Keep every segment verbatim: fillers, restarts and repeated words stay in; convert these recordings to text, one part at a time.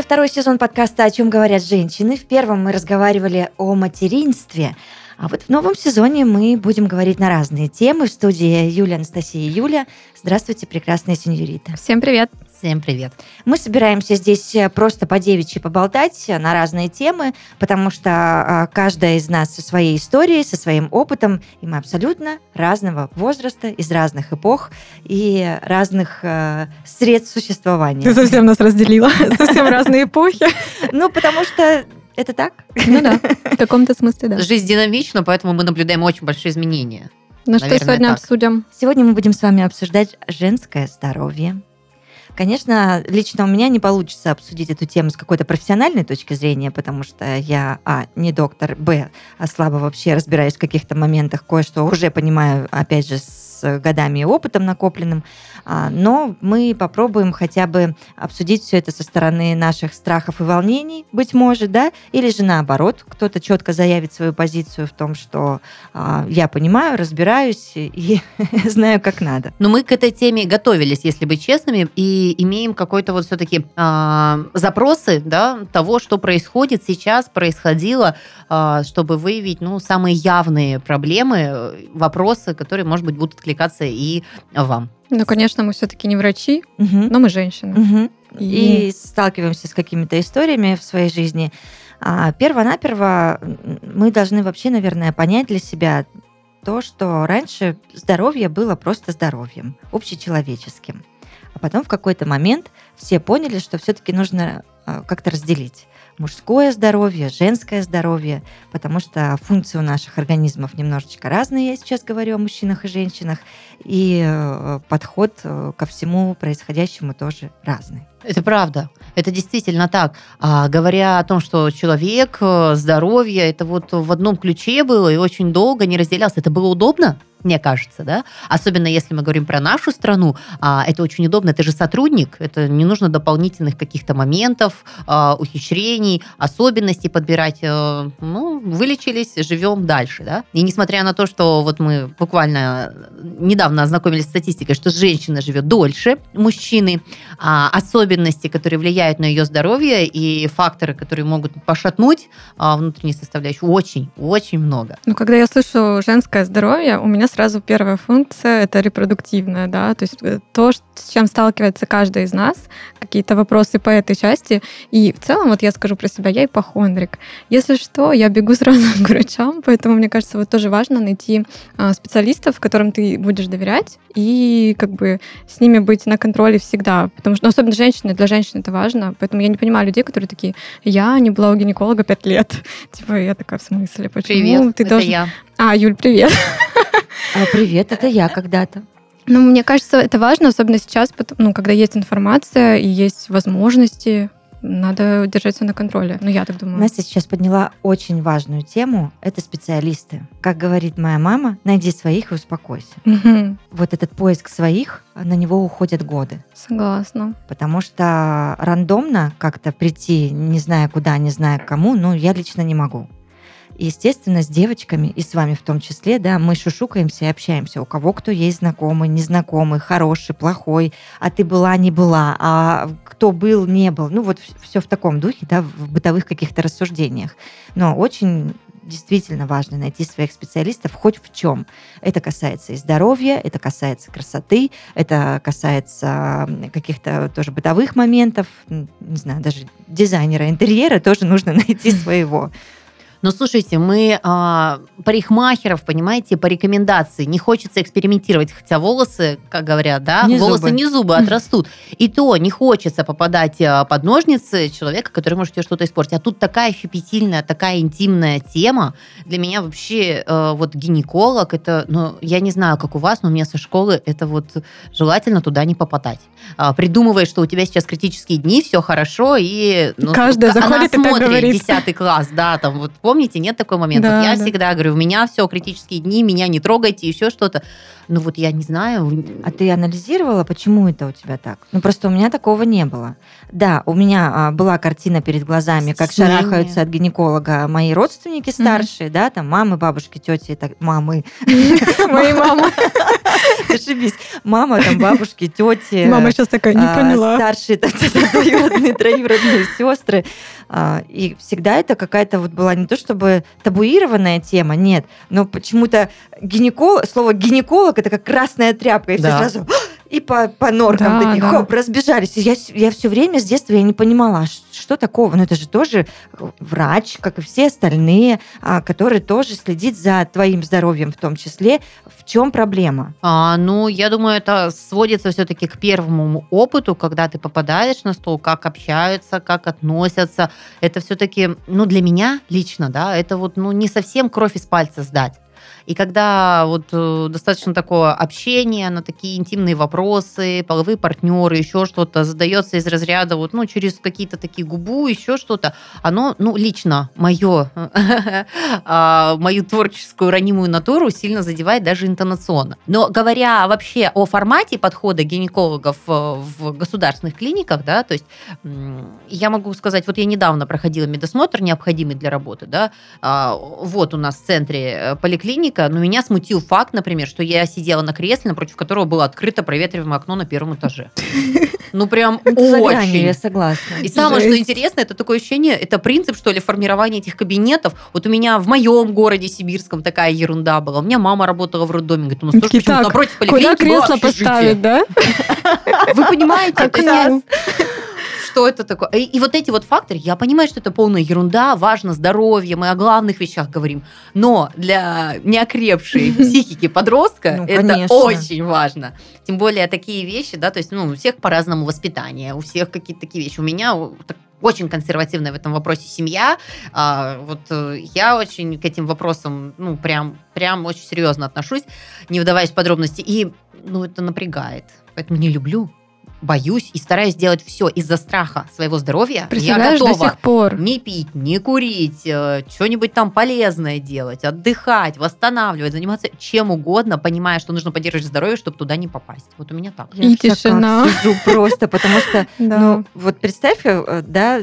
второй сезон подкаста «О чем говорят женщины». В первом мы разговаривали о материнстве, а вот в новом сезоне мы будем говорить на разные темы. В студии Юлия, Анастасия и Юля. Здравствуйте, прекрасная сеньорита. Всем привет. Всем привет. Мы собираемся здесь просто по-девичьи поболтать на разные темы, потому что каждая из нас со своей историей, со своим опытом, и мы абсолютно разного возраста, из разных эпох и разных э, средств существования. Ты совсем нас разделила, совсем разные эпохи. Ну, потому что это так? Ну да, в каком-то смысле, да. Жизнь динамична, поэтому мы наблюдаем очень большие изменения. Ну что сегодня так. обсудим? Сегодня мы будем с вами обсуждать женское здоровье. Конечно, лично у меня не получится обсудить эту тему с какой-то профессиональной точки зрения, потому что я, а, не доктор, б, а слабо вообще разбираюсь в каких-то моментах, кое-что уже понимаю, опять же, с годами и опытом накопленным, но мы попробуем хотя бы обсудить все это со стороны наших страхов и волнений, быть может, да, или же наоборот, кто-то четко заявит свою позицию в том, что я понимаю, разбираюсь и знаю, как надо. Но мы к этой теме готовились, если быть честными, и имеем какой-то вот все-таки э, запросы, да, того, что происходит сейчас, происходило, э, чтобы выявить, ну, самые явные проблемы, вопросы, которые, может быть, будут откликаться и вам. Ну, конечно, мы все-таки не врачи, угу. но мы женщины. Угу. И... и сталкиваемся с какими-то историями в своей жизни. А перво-наперво мы должны вообще, наверное, понять для себя то, что раньше здоровье было просто здоровьем, общечеловеческим. А потом в какой-то момент все поняли, что все-таки нужно как-то разделить мужское здоровье, женское здоровье, потому что функции у наших организмов немножечко разные, я сейчас говорю о мужчинах и женщинах, и подход ко всему происходящему тоже разный. Это правда, это действительно так. А, говоря о том, что человек, здоровье, это вот в одном ключе было и очень долго не разделялся. Это было удобно, мне кажется, да? Особенно если мы говорим про нашу страну, а, это очень удобно. Это же сотрудник, это не нужно дополнительных каких-то моментов, а, ухищрений, особенностей подбирать. А, ну, вылечились, живем дальше, да? И несмотря на то, что вот мы буквально недавно ознакомились с статистикой, что женщина живет дольше мужчины, а, особенно особенности, которые влияют на ее здоровье, и факторы, которые могут пошатнуть а, внутренние составляющие, очень, очень много. Ну, когда я слышу женское здоровье, у меня сразу первая функция – это репродуктивная, да, то есть то, с чем сталкивается каждый из нас, какие-то вопросы по этой части. И в целом, вот я скажу про себя, я ипохондрик. Если что, я бегу сразу к врачам, поэтому, мне кажется, вот тоже важно найти специалистов, которым ты будешь доверять, и как бы с ними быть на контроле всегда, потому что, ну, особенно женщины, для женщин это важно, поэтому я не понимаю людей, которые такие, я не была у гинеколога пять лет. Типа, я такая, в смысле? Почему? Привет, ты это должен... я. А, Юль, привет. А, привет, это я когда-то. Ну, мне кажется, это важно, особенно сейчас, ну, когда есть информация и есть возможности, надо держаться на контроле. Ну, я так думаю. Настя сейчас подняла очень важную тему. Это специалисты. Как говорит моя мама, найди своих и успокойся. Угу. Вот этот поиск своих, на него уходят годы. Согласна. Потому что рандомно как-то прийти, не зная куда, не зная к кому, ну, я лично не могу. И, естественно, с девочками, и с вами в том числе, да, мы шушукаемся и общаемся. У кого кто есть знакомый, незнакомый, хороший, плохой, а ты была, не была, а кто был, не был. Ну, вот все в таком духе, да, в бытовых каких-то рассуждениях. Но очень действительно важно найти своих специалистов хоть в чем. Это касается и здоровья, это касается красоты, это касается каких-то тоже бытовых моментов, не знаю, даже дизайнера интерьера тоже нужно найти своего. Но слушайте, мы а, парикмахеров, понимаете, по рекомендации. Не хочется экспериментировать, хотя волосы, как говорят, да, не волосы зубы. не зубы отрастут. И то не хочется попадать под ножницы человека, который может тебе что-то испортить. А тут такая щепетильная, такая интимная тема. Для меня вообще э, вот гинеколог, это, ну, я не знаю, как у вас, но у меня со школы это вот желательно туда не попадать. А, придумывая, что у тебя сейчас критические дни, все хорошо, и ну, каждая заходит она и так смотрит говорит. десятый класс, да, там вот помните, нет такой момент? Да, вот я да. всегда говорю, у меня все критические дни, меня не трогайте, еще что-то. Ну вот я не знаю. А ты анализировала, почему это у тебя так? Ну просто у меня такого не было. Да, у меня а, была картина перед глазами, как Стеснение. шарахаются от гинеколога мои родственники старшие, mm-hmm. да, там мамы, бабушки, тети, так, мамы. Мои мамы. Зашибись. Мама, там бабушки, тети. Мама сейчас такая, не поняла. Старшие, двоюродные, троюродные сестры. И всегда это какая-то вот была не то чтобы табуированная тема, нет, но почему-то гинеколог, слово гинеколог это как красная тряпка, и все Да. сразу и по, по норкам Да, такие, да. хоп, разбежались. И я, я все время с детства я не понимала, что такого. Ну, это же тоже врач, как и все остальные, который тоже следит за твоим здоровьем в том числе. В чем проблема? А, ну, я думаю, это сводится все-таки к первому опыту, когда ты попадаешь на стол, как общаются, как относятся. Это все-таки, ну, для меня лично, да, это вот, ну, не совсем кровь из пальца сдать. И когда вот э, достаточно такое общение на такие интимные вопросы, половые партнеры, еще что-то задается из разряда вот, ну, через какие-то такие губу, еще что-то, оно, ну, лично мое, мою творческую ранимую натуру сильно задевает даже интонационно. Но говоря вообще о формате подхода гинекологов в государственных клиниках, да, то есть я могу сказать, вот я недавно проходила медосмотр, необходимый для работы, да, вот у нас в центре поликлиника, но меня смутил факт, например, что я сидела на кресле, напротив которого было открыто проветриваемое окно на первом этаже. Ну, прям очень. Я согласна. И самое, что интересно, это такое ощущение, это принцип, что ли, формирования этих кабинетов. Вот у меня в моем городе сибирском такая ерунда была. У меня мама работала в роддоме. Говорит, у нас тоже почему-то напротив поликлиники куда кресло поставить, да? Вы понимаете, Как это нам? что это такое? И, и вот эти вот факторы, я понимаю, что это полная ерунда, важно здоровье, мы о главных вещах говорим, но для неокрепшей психики подростка Ну, это конечно. очень важно. Тем более такие вещи, да, то есть, ну, у всех по-разному воспитание, у всех какие-то такие вещи. У меня так, очень консервативная в этом вопросе семья. А, вот э, я очень к этим вопросам, ну, прям, прям очень серьезно отношусь, не вдаваясь в подробности. И, ну, это напрягает. Поэтому не люблю. Боюсь и стараюсь делать все из-за страха своего здоровья. Я Представляешь, до готова сих пор. не пить, не курить, э, что-нибудь там полезное делать, отдыхать, восстанавливать, заниматься чем угодно, понимая, что нужно поддерживать здоровье, чтобы туда не попасть. Вот у меня так. Я И в шоках тишина. сижу просто, потому что, Да. ну, вот представь, э, да,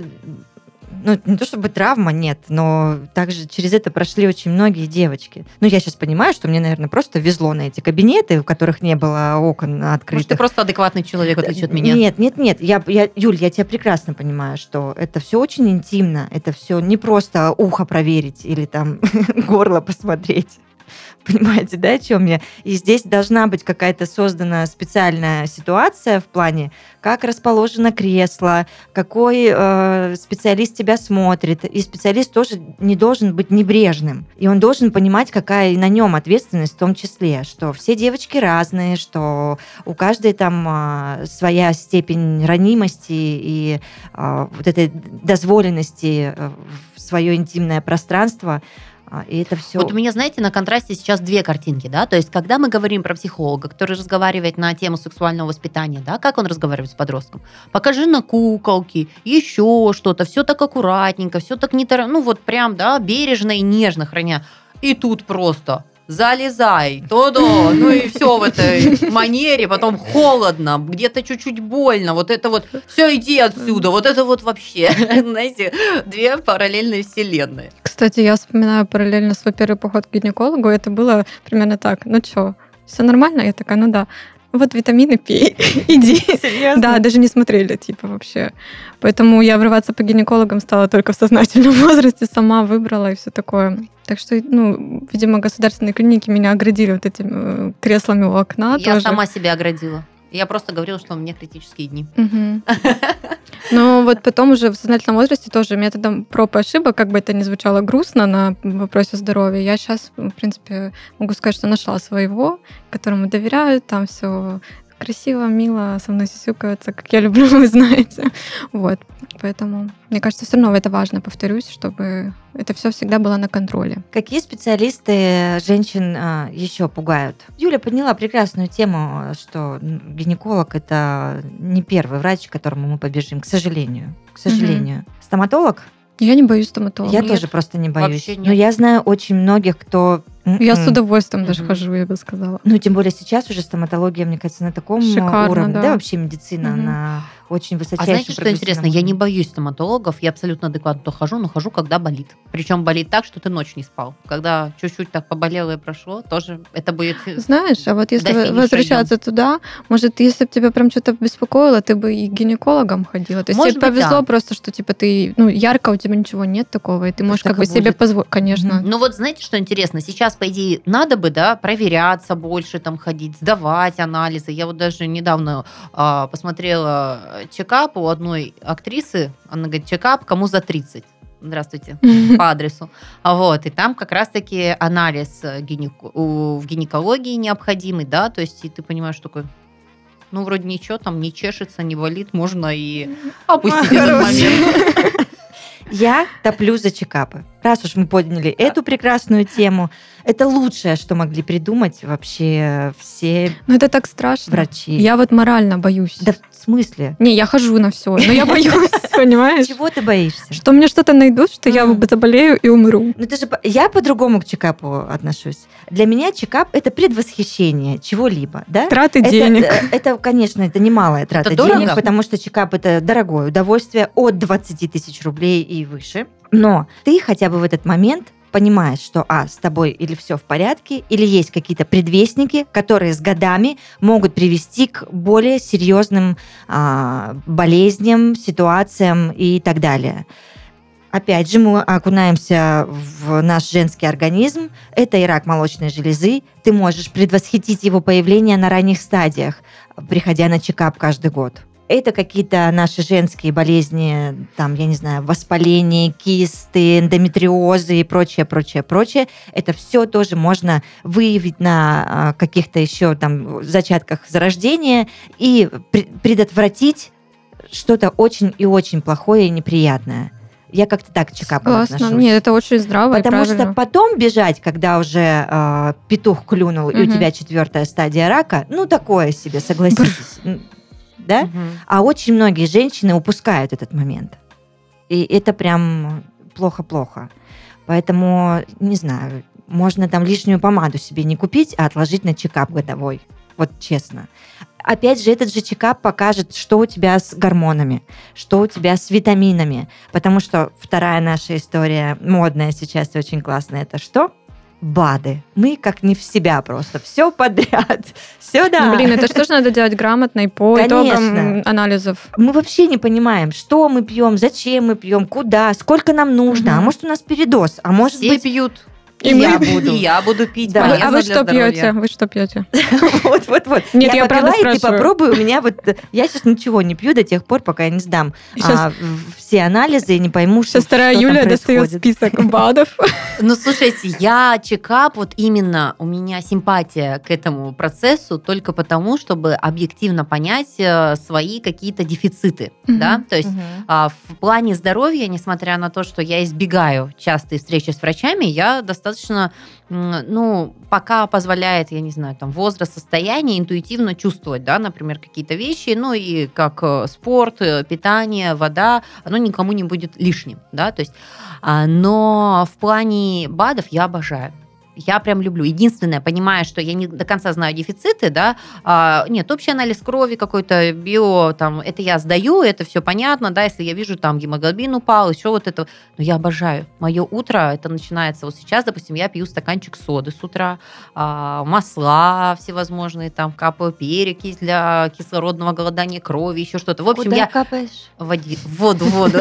ну, не то чтобы травма, нет, но также через это прошли очень многие девочки. Ну, я сейчас понимаю, что мне, наверное, просто везло на эти кабинеты, в которых не было окон открытых. Может, ты просто адекватный человек, в отличие от меня. Нет, нет, нет. Я, я, Юль, я тебя прекрасно понимаю, что это все очень интимно. Это все не просто ухо проверить или там горло посмотреть. Понимаете, да, о чем я? И здесь должна быть какая-то создана специальная ситуация в плане, как расположено кресло, какой э, специалист тебя смотрит. И специалист тоже не должен быть небрежным. И он должен понимать, какая на нем ответственность в том числе, что все девочки разные, что у каждой там э, своя степень ранимости и э, вот этой дозволенности э, в свое интимное пространство. И это все. Вот у меня, знаете, на контрасте сейчас две картинки, да, то есть когда мы говорим про психолога, который разговаривает на тему сексуального воспитания, да, как он разговаривает с подростком? Покажи на куколки, еще что-то, все так аккуратненько, все так не тор... ну вот прям, да, бережно и нежно храня. И тут просто залезай, то-да, ну и все в этой манере, потом холодно, где-то чуть-чуть больно, вот это вот, все, иди отсюда, вот это вот вообще, знаете, две параллельные вселенные. Кстати, я вспоминаю параллельно свой первый поход к гинекологу, это было примерно так, ну что, все нормально? Я такая, ну да. Вот витамины пей, иди. Серьезно? Да, даже не смотрели, типа, вообще. Поэтому я врываться по гинекологам стала только в сознательном возрасте, сама выбрала и все такое. Так что, ну, видимо, государственные клиники меня оградили вот этими креслами у окна. Я тоже. сама себя оградила. Я просто говорила, что у меня критические дни. Угу. Но вот потом уже в сознательном возрасте тоже методом проб и ошибок, как бы это ни звучало грустно на вопросе здоровья, я сейчас, в принципе, могу сказать, что нашла своего, которому доверяю, там все красиво, мило, со мной сисюкаются, как я люблю, вы знаете. Вот. Поэтому, мне кажется, все равно это важно, повторюсь, чтобы это все всегда было на контроле. Какие специалисты женщин а, еще пугают? Юля подняла прекрасную тему, что гинеколог – это не первый врач, к которому мы побежим, к сожалению. К сожалению. Стоматолог? Я не боюсь стоматолога. Я Нет, тоже просто не боюсь. вообще нет. Но я знаю очень многих, кто Я с удовольствием даже Мгм. хожу, я бы сказала. Ну, тем более сейчас уже стоматология, мне кажется, на таком Шикарно, уровне. Да. да. вообще медицина, Мгм. она очень А высочайшая. знаете, что интересно? Я не боюсь стоматологов, я абсолютно адекватно хожу, но хожу, когда болит. Причем болит так, что ты ночь не спал. Когда чуть-чуть так поболело и прошло, тоже это будет... Знаешь, а вот если До финиша возвращаться туда, может, если бы тебя прям что-то беспокоило, ты бы и к гинекологам ходила. То есть Может тебе быть, повезло да. просто, что типа ты, ну, ярко у тебя ничего нет такого, и ты можешь так как бы и себе будет. позволить, конечно. Ну вот знаете, что интересно? Сейчас, по идее, надо бы, да, проверяться больше, там ходить, сдавать анализы. Я вот даже недавно а, посмотрела чекап у одной актрисы. Она говорит, чекап кому за тридцать. Здравствуйте, по адресу. А Вот, и там как раз-таки анализ гинеко- у- в гинекологии необходимый, да, то есть и ты понимаешь, такой, ну, вроде ничего, там не чешется, не болит, можно и опустить этот Хорош. момент. Я топлю за чекапы. Раз уж мы подняли эту прекрасную тему, это лучшее, что могли придумать вообще все Ну, это так страшно. врачи. Я вот морально боюсь. Да в смысле? Не, я хожу на все, но я боюсь, понимаешь? Чего ты боишься? Что мне что-то найдут, что я М. заболею и умру. Ну, ты же, по- я по-другому к чекапу отношусь. Для меня чекап – это предвосхищение чего-либо, да? Траты Это, денег. э, это, конечно, это немалая трата Это дорого? денег, потому что чекап – это дорогое удовольствие от двадцати тысяч рублей и выше. Но ты хотя бы в этот момент понимаешь, что, а, с тобой или все в порядке, или есть какие-то предвестники, которые с годами могут привести к более серьезным а, болезням, ситуациям и так далее. Опять же, мы окунаемся в наш женский организм. Это и рак молочной железы. Ты можешь предвосхитить его появление на ранних стадиях, приходя на чекап каждый год. Это какие-то наши женские болезни, там, я не знаю, воспаление, кисты, эндометриозы и прочее, прочее, прочее. Это все тоже можно выявить на а, каких-то еще там зачатках зарождения и пре- предотвратить что-то очень и очень плохое и неприятное. Я как-то так к чекапам Классно. отношусь. Нет, это очень здраво и Потому правильно. что потом бежать, когда уже э, петух клюнул, и у Мгм. тебя четвертая стадия рака, ну, такое себе, согласитесь. М, Да? Мгм. А очень многие женщины упускают этот момент. И это прям плохо-плохо. Поэтому, не знаю, можно там лишнюю помаду себе не купить, а отложить на чекап годовой. Вот честно. Опять же, этот же чекап покажет, что у тебя с гормонами, что у тебя с витаминами. Потому что вторая наша история, модная сейчас и очень классная, это что? БАДы. Мы как не в себя просто. Все подряд. Все, да. Ну, блин, это что же надо делать грамотно и по Конечно. итогам анализов? Мы вообще не понимаем, что мы пьем, зачем мы пьем, куда, сколько нам нужно. Мгм. А может, у нас передоз, а может Все быть... пьют. И, И мы я пьем. буду. И я буду пить. Да. А вы, а полезно вы для что здоровья. пьете? Вы что пьете? Вот, вот, вот. Нет, я попила, правда и ты спрашиваю. попробуй. У меня вот... Я сейчас ничего не пью до тех пор, пока я не сдам Сейчас- а, в- все анализы и не пойму, что, Сейчас вторая что там Юля достает происходит. список БАДов. Ну, слушайте, я чекап, вот именно у меня симпатия к этому процессу только потому, чтобы объективно понять э, свои какие-то дефициты, Мгм. да, то есть Мгм. а, в плане здоровья, несмотря на то, что я избегаю частые встречи с врачами, я достаточно, м, ну, пока позволяет, я не знаю, там, возраст, состояние, интуитивно чувствовать, да, например, какие-то вещи, ну, и как э, спорт, э, питание, вода, оно никому не будет лишним, да, то есть, а, но в плане БАДов я обожаю. Я прям люблю. Единственное, понимаю, что я не до конца знаю дефициты, да, а, нет, общий анализ крови какой-то, био, там, это я сдаю, это все понятно, да, если я вижу, там, гемоглобин упал, еще вот это, но я обожаю. Мое утро, это начинается вот сейчас, допустим, я пью стаканчик соды с утра, а, масла всевозможные, там, капаю перекись для кислородного голодания крови, еще что-то. В общем, Куда я капаешь? в воде- в воду, в воду.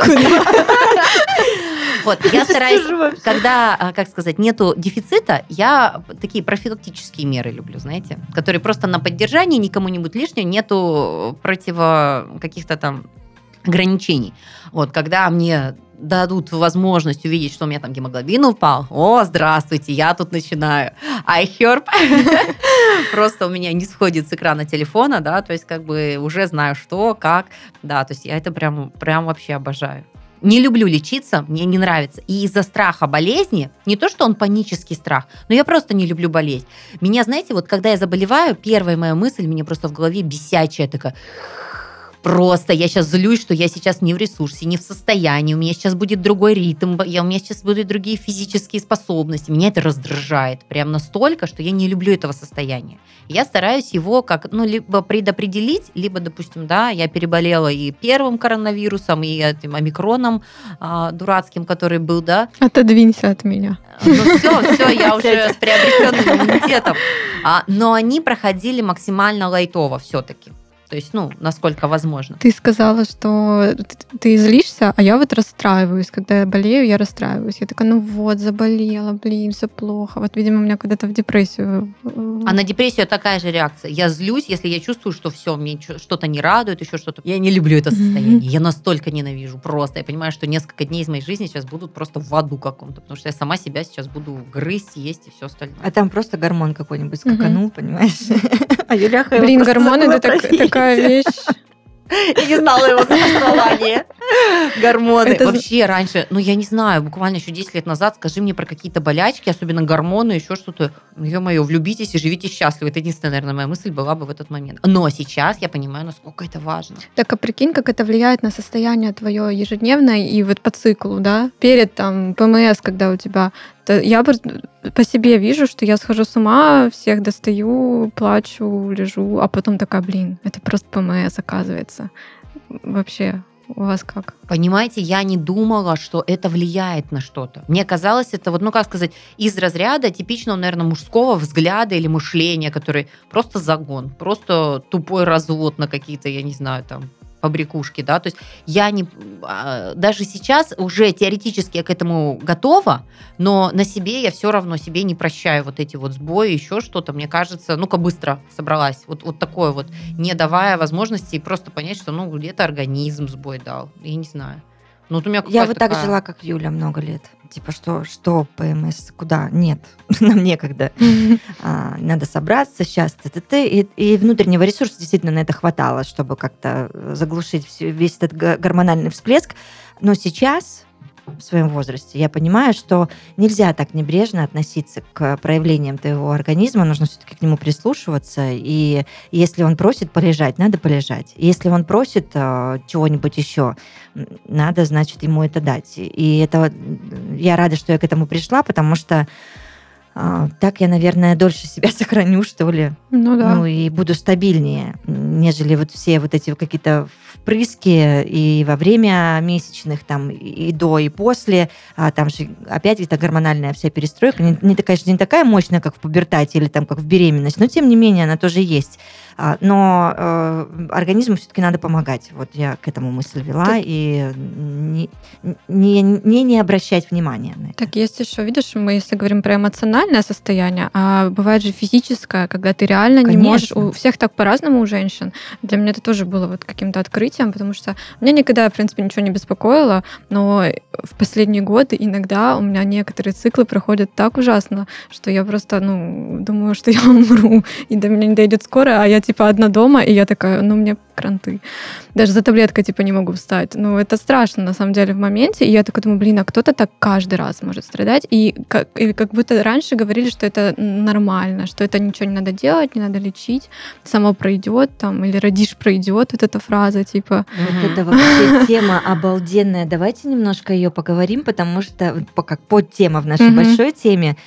Вот, я стараюсь, Сижу вообще. когда, а, как сказать, нету дефицита, я такие профилактические меры люблю, знаете, которые просто на поддержание, никому не будет лишнего, нету противо каких-то там ограничений. Вот, когда мне дадут возможность увидеть, что у меня там гемоглобин упал, о, здравствуйте, я тут начинаю. iHerb. Просто у меня не сходит с экрана телефона, да, то есть как бы уже знаю, что, как, да, то есть я это прям, прям вообще обожаю. Не люблю лечиться, мне не нравится. И из-за страха болезни, не то, что он панический страх, но я просто не люблю болеть. Меня, знаете, вот когда я заболеваю, первая моя мысль, мне просто в голове бесячая такая, просто я сейчас злюсь, что я сейчас не в ресурсе, не в состоянии, у меня сейчас будет другой ритм, я, у меня сейчас будут другие физические способности. Меня это раздражает прям настолько, что я не люблю этого состояния. Я стараюсь его как, ну, либо предопределить, либо, допустим, да, я переболела и первым коронавирусом, и этим омикроном а, дурацким, который был, да. Отодвинься от меня. Ну все, все, я уже с приобретенным иммунитетом. А, но они проходили максимально лайтово все-таки. То есть, ну, насколько возможно. Ты сказала, что ты злишься, а я вот расстраиваюсь. Когда я болею, я расстраиваюсь. Я такая, ну вот, заболела, блин, все плохо. Вот, видимо, меня куда-то в депрессию. А на депрессию такая же реакция. Я злюсь, если я чувствую, что все, мне что-то не радует, еще что-то. Я не люблю это состояние. Mm-hmm. Я настолько ненавижу. Просто я понимаю, что несколько дней из моей жизни сейчас будут просто в аду каком-то, потому что я сама себя сейчас буду грызть, есть и все остальное. А там просто гормон какой-нибудь скаканул, mm-hmm. понимаешь? А Юляха блин, гормон это такая вещь. Я не знала его существования. Гормоны. Это... Вообще раньше, ну я не знаю, буквально еще десять лет назад, скажи мне про какие-то болячки, особенно гормоны, еще что-то. Ё-моё, влюбитесь и живите счастливы. Это единственная, наверное, моя мысль была бы в этот момент. Но сейчас я понимаю, насколько это важно. Так, а прикинь, как это влияет на состояние твое ежедневное и вот по циклу, да? Перед там ПМС, когда у тебя... Я по себе вижу, что я схожу с ума, всех достаю, плачу, лежу, а потом такая, блин, это просто ПМС, оказывается. Вообще, у вас как? Понимаете, я не думала, что это влияет на что-то. Мне казалось, это вот, ну как сказать, из разряда типичного, наверное, мужского взгляда или мышления, который просто загон, просто тупой развод на какие-то, я не знаю, там, побрякушки, да, то есть я не, даже сейчас уже теоретически я к этому готова, но на себе я все равно себе не прощаю вот эти вот сбои, еще что-то, мне кажется, ну-ка быстро собралась, вот, вот такое вот, не давая возможности просто понять, что, ну, где-то организм сбой дал, я не знаю. Ну, вот у меня я вот такая... так жила, как Юля, много лет. Типа, что, что ПМС, куда? Нет, нам некогда. а, надо собраться сейчас. Т-т-т, и, и внутреннего ресурса действительно на это хватало, чтобы как-то заглушить все, весь этот гормональный всплеск. Но сейчас, в своем возрасте, я понимаю, что нельзя так небрежно относиться к проявлениям твоего организма, нужно все-таки к нему прислушиваться, и если он просит полежать, надо полежать. Если он просит э, чего-нибудь еще, надо, значит, ему это дать. И это я рада, что я к этому пришла, потому что э, так я, наверное, дольше себя сохраню, что ли. Ну да. Ну и буду стабильнее, нежели вот все вот эти какие-то впрыски и во время месячных, там, и до, и после. А там же опять эта гормональная вся перестройка. Не, не такая, не такая мощная, как в пубертате или там, как в беременность, но тем не менее она тоже есть. А, но э, организму все-таки надо помогать. Вот я к этому мысль вела. Так... И не, не, не, не обращать внимания на это. Так есть еще, видишь, мы если говорим про эмоциональное состояние, а бывает же физическое, когда ты реально Конечно. не можешь... У всех так по-разному, у женщин. Для меня это тоже было вот каким-то открытием, потому что меня никогда, в принципе, ничего не беспокоило, но в последние годы иногда у меня некоторые циклы проходят так ужасно, что я просто, ну, думаю, что я умру, и до меня не дойдет скоро, а я типа одна дома, и я такая, ну, мне кранты. Даже за таблеткой типа не могу встать. Ну, это страшно, на самом деле, в моменте. И я такая думаю, блин, а кто-то так каждый раз может страдать. И как, и как будто раньше говорили, что это нормально, что это ничего не надо делать, не надо лечить, само пройдет, там, или родишь пройдет, вот эта фраза, типа. Вот это вообще тема обалденная. Давайте немножко ее поговорим, потому что как подтема в нашей mm-hmm. большой теме.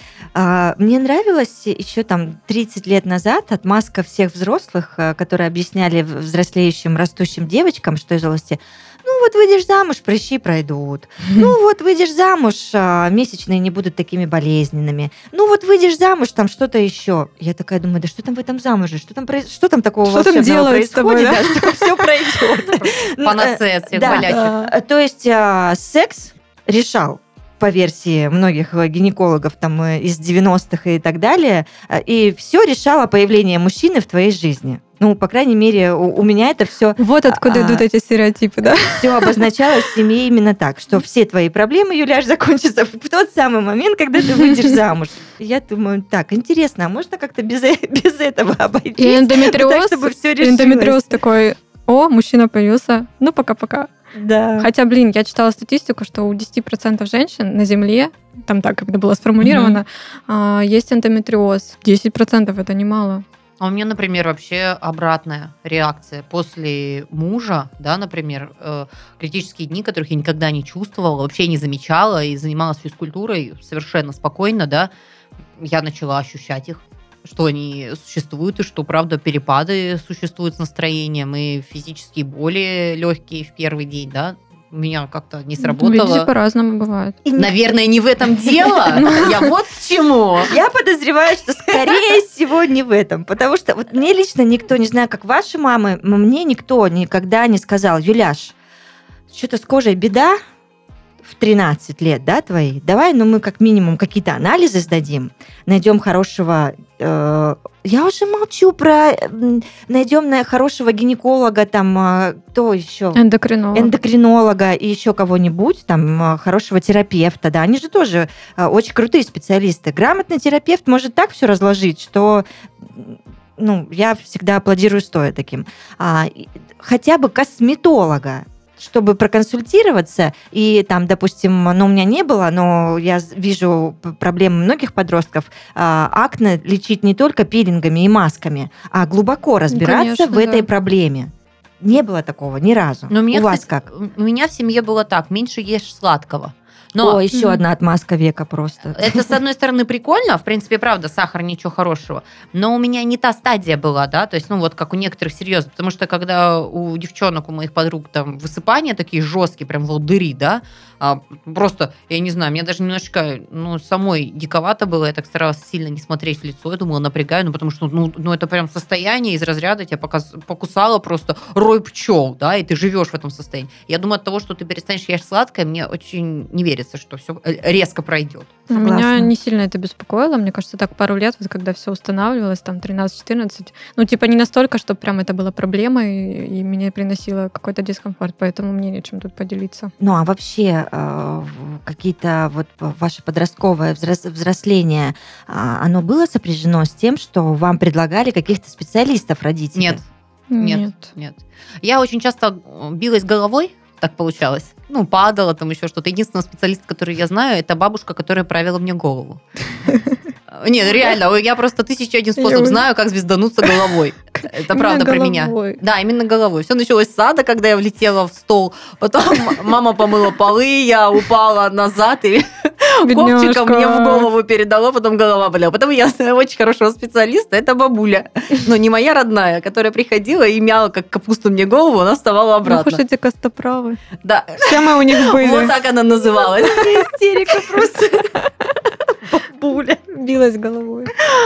Мне нравилось еще там тридцать лет назад отмазка всех взрослых, которые объясняли взрослеющим, растущим девочкам, что из области, ну вот выйдешь замуж, прыщи пройдут. Ну вот выйдешь замуж, месячные не будут такими болезненными. Ну вот выйдешь замуж, там что-то еще. Я такая думаю, да что там в этом замуже? Что там, что там такого что там делают происходит? С тобой, да? Да, что все пройдет. Панацея всех болячек. То есть секс решал, по версии многих гинекологов там, из девяностых и так далее, и все решало появление мужчины в твоей жизни. Ну, по крайней мере, у, у меня это все... Вот откуда а, идут эти стереотипы, да? Все обозначалось в семье именно так, что все твои проблемы, Юляш, закончатся в тот самый момент, когда ты выйдешь замуж. Я думаю, так, интересно, а можно как-то без, без этого обойтись? И эндометриоз, так, чтобы все решилось? Эндометриоз такой, о, мужчина появился, ну, пока-пока. Да. Хотя, блин, я читала статистику, что у десять процентов женщин на Земле, там так, как это было сформулировано, mm-hmm. есть эндометриоз. десять процентов это немало. А у меня, например, вообще обратная реакция. После мужа, да, например, э, критические дни, которых я никогда не чувствовала, вообще не замечала и занималась физкультурой совершенно спокойно, да, я начала ощущать их, что они существуют, и что, правда, перепады существуют с настроением, и физические боли легкие в первый день, да, у меня как-то не сработало. Видите, по-разному бывает. Наверное, не в этом дело. Я вот к чему. Я подозреваю, что скорее всего не в этом. Потому что вот мне лично никто, не знаю, как ваши мамы, мне никто никогда не сказал: Юляш, что-то с кожей беда в тринадцать лет, да, твои? Давай, ну, мы как минимум какие-то анализы сдадим, найдем хорошего... Э, я уже молчу про... Э, найдем на хорошего гинеколога, там, э, кто еще? Эндокринолог. Эндокринолога и еще кого-нибудь, там, э, хорошего терапевта, да, они же тоже э, очень крутые специалисты. Грамотный терапевт может так все разложить, что... Ну, я всегда аплодирую стоя таким. А, хотя бы косметолога, чтобы проконсультироваться, и там, допустим, ну, у меня не было, но я вижу проблемы многих подростков, а, акне лечить не только пилингами и масками, а глубоко разбираться ну, конечно, в этой да. проблеме. Не было такого ни разу. Но у меня, у вас кстати, как? У меня в семье было так: меньше ешь сладкого. Но О, еще Мгм. одна отмазка века просто. это, с одной стороны, прикольно, в принципе, правда, сахар ничего хорошего, но у меня не та стадия была, да, то есть, ну, вот как у некоторых серьезно, потому что когда у девчонок, у моих подруг там высыпания такие жесткие, прям волдыри, да, а, просто, я не знаю, мне даже немножечко, ну, самой диковато было, я так старалась сильно не смотреть в лицо, я думала, напрягаю, ну, потому что, ну, ну это прям состояние из разряда, тебя показ, покусало просто рой пчел, да, и ты живешь в этом состоянии. Я думаю, от того, что ты перестанешь есть сладкое, мне очень не верится, что все резко пройдет. Меня Согласна. не сильно это беспокоило. Мне кажется, так пару лет, вот когда все устанавливалось, там тринадцать-четырнадцать, ну, типа не настолько, что прям это была проблема, и, и мне приносило какой-то дискомфорт, поэтому мне нечем тут поделиться. Ну, а вообще э, какие-то вот ваше подростковое взрос- взросление, а, оно было сопряжено с тем, что вам предлагали каких-то специалистов родители? Нет. Нет, нет. Я очень часто билась головой, так получалось. Ну, падала, там еще что-то. Единственный специалист, который я знаю, это бабушка, которая правила мне голову. Нет, реально, я просто тысяча один способ знаю, как звездануться головой. Это правда про меня. Да, именно головой. Все началось с сада, когда я влетела в стол. Потом мама помыла полы, я упала назад и копчиком мне в голову передало, потом голова болела. Потом я знаю очень хорошего специалиста, это бабуля. Но не моя родная, которая приходила и мяла, как капусту мне голову, она вставала обратно. Ну, слушайте, костоправы. Да. Все мы у них были. Вот так она называлась. Истерика просто. Бабуля. Билась головой.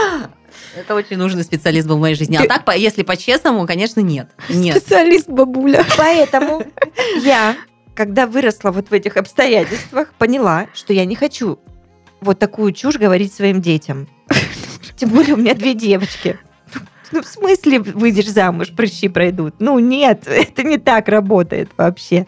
Это очень нужный специалист был в моей жизни. А так, по- если по-честному, конечно, нет. Нет. Специалист бабуля. Поэтому я, когда выросла вот в этих обстоятельствах, поняла, что я не хочу вот такую чушь говорить своим детям. Тем более у меня две девочки. Ну, в смысле выйдешь замуж, прыщи пройдут? Ну, нет, это не так работает вообще.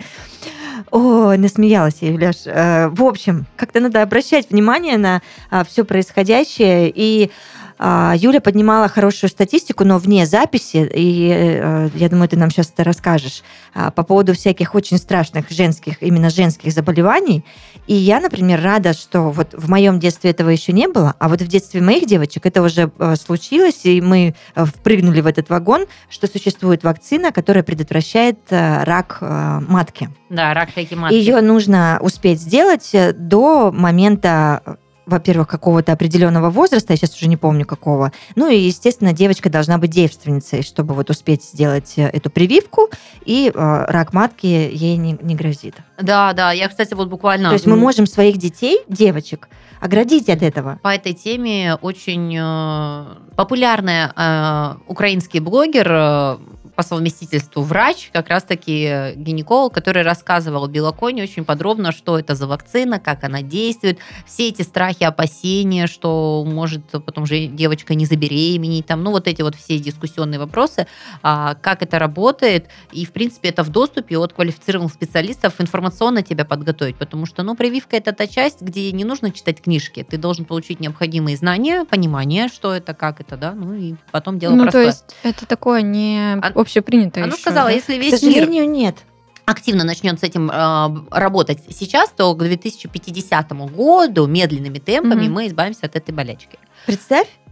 Ой, насмеялась я, Юляш. Э, В общем, как-то надо обращать внимание на все происходящее. И а, Юля поднимала хорошую статистику, но вне записи. И э, я думаю, ты нам сейчас это расскажешь. а, По поводу всяких очень страшных женских, именно женских заболеваний. И я, например, рада, что вот в моем детстве этого еще не было, а вот в детстве моих девочек это уже э, случилось, и мы э, впрыгнули в этот вагон, что существует вакцина, которая предотвращает э, рак э, матки. Да, рак шейки матки. Ее нужно успеть сделать до момента, во-первых, какого-то определенного возраста, я сейчас уже не помню какого. Ну и, естественно, девочка должна быть девственницей, чтобы вот успеть сделать эту прививку, и э, рак матки ей не, не грозит. Да, да, я, кстати, вот буквально... То есть мы можем своих детей, девочек, оградить от этого. По этой теме очень э, популярная э, украинский блогер, э, по совместительству врач, как раз-таки гинеколог, который рассказывал Белоконе очень подробно, что это за вакцина, как она действует, все эти страхи, опасения, что может потом же девочка не забеременеть, там, ну вот эти вот все дискуссионные вопросы, а, как это работает, и в принципе это в доступе от квалифицированных специалистов информационно тебя подготовить, потому что, ну, прививка это та часть, где не нужно читать книжки, ты должен получить необходимые знания, понимание, что это, как это, да, ну и потом дело ну, простое. то есть это такое не А- общепринятое Она еще, сказала, да? если К весь мир сожалению, нет. активно начнет с этим э, работать сейчас, то к две тысячи пятидесятому году медленными темпами Мгм. мы избавимся от этой болячки. Представь,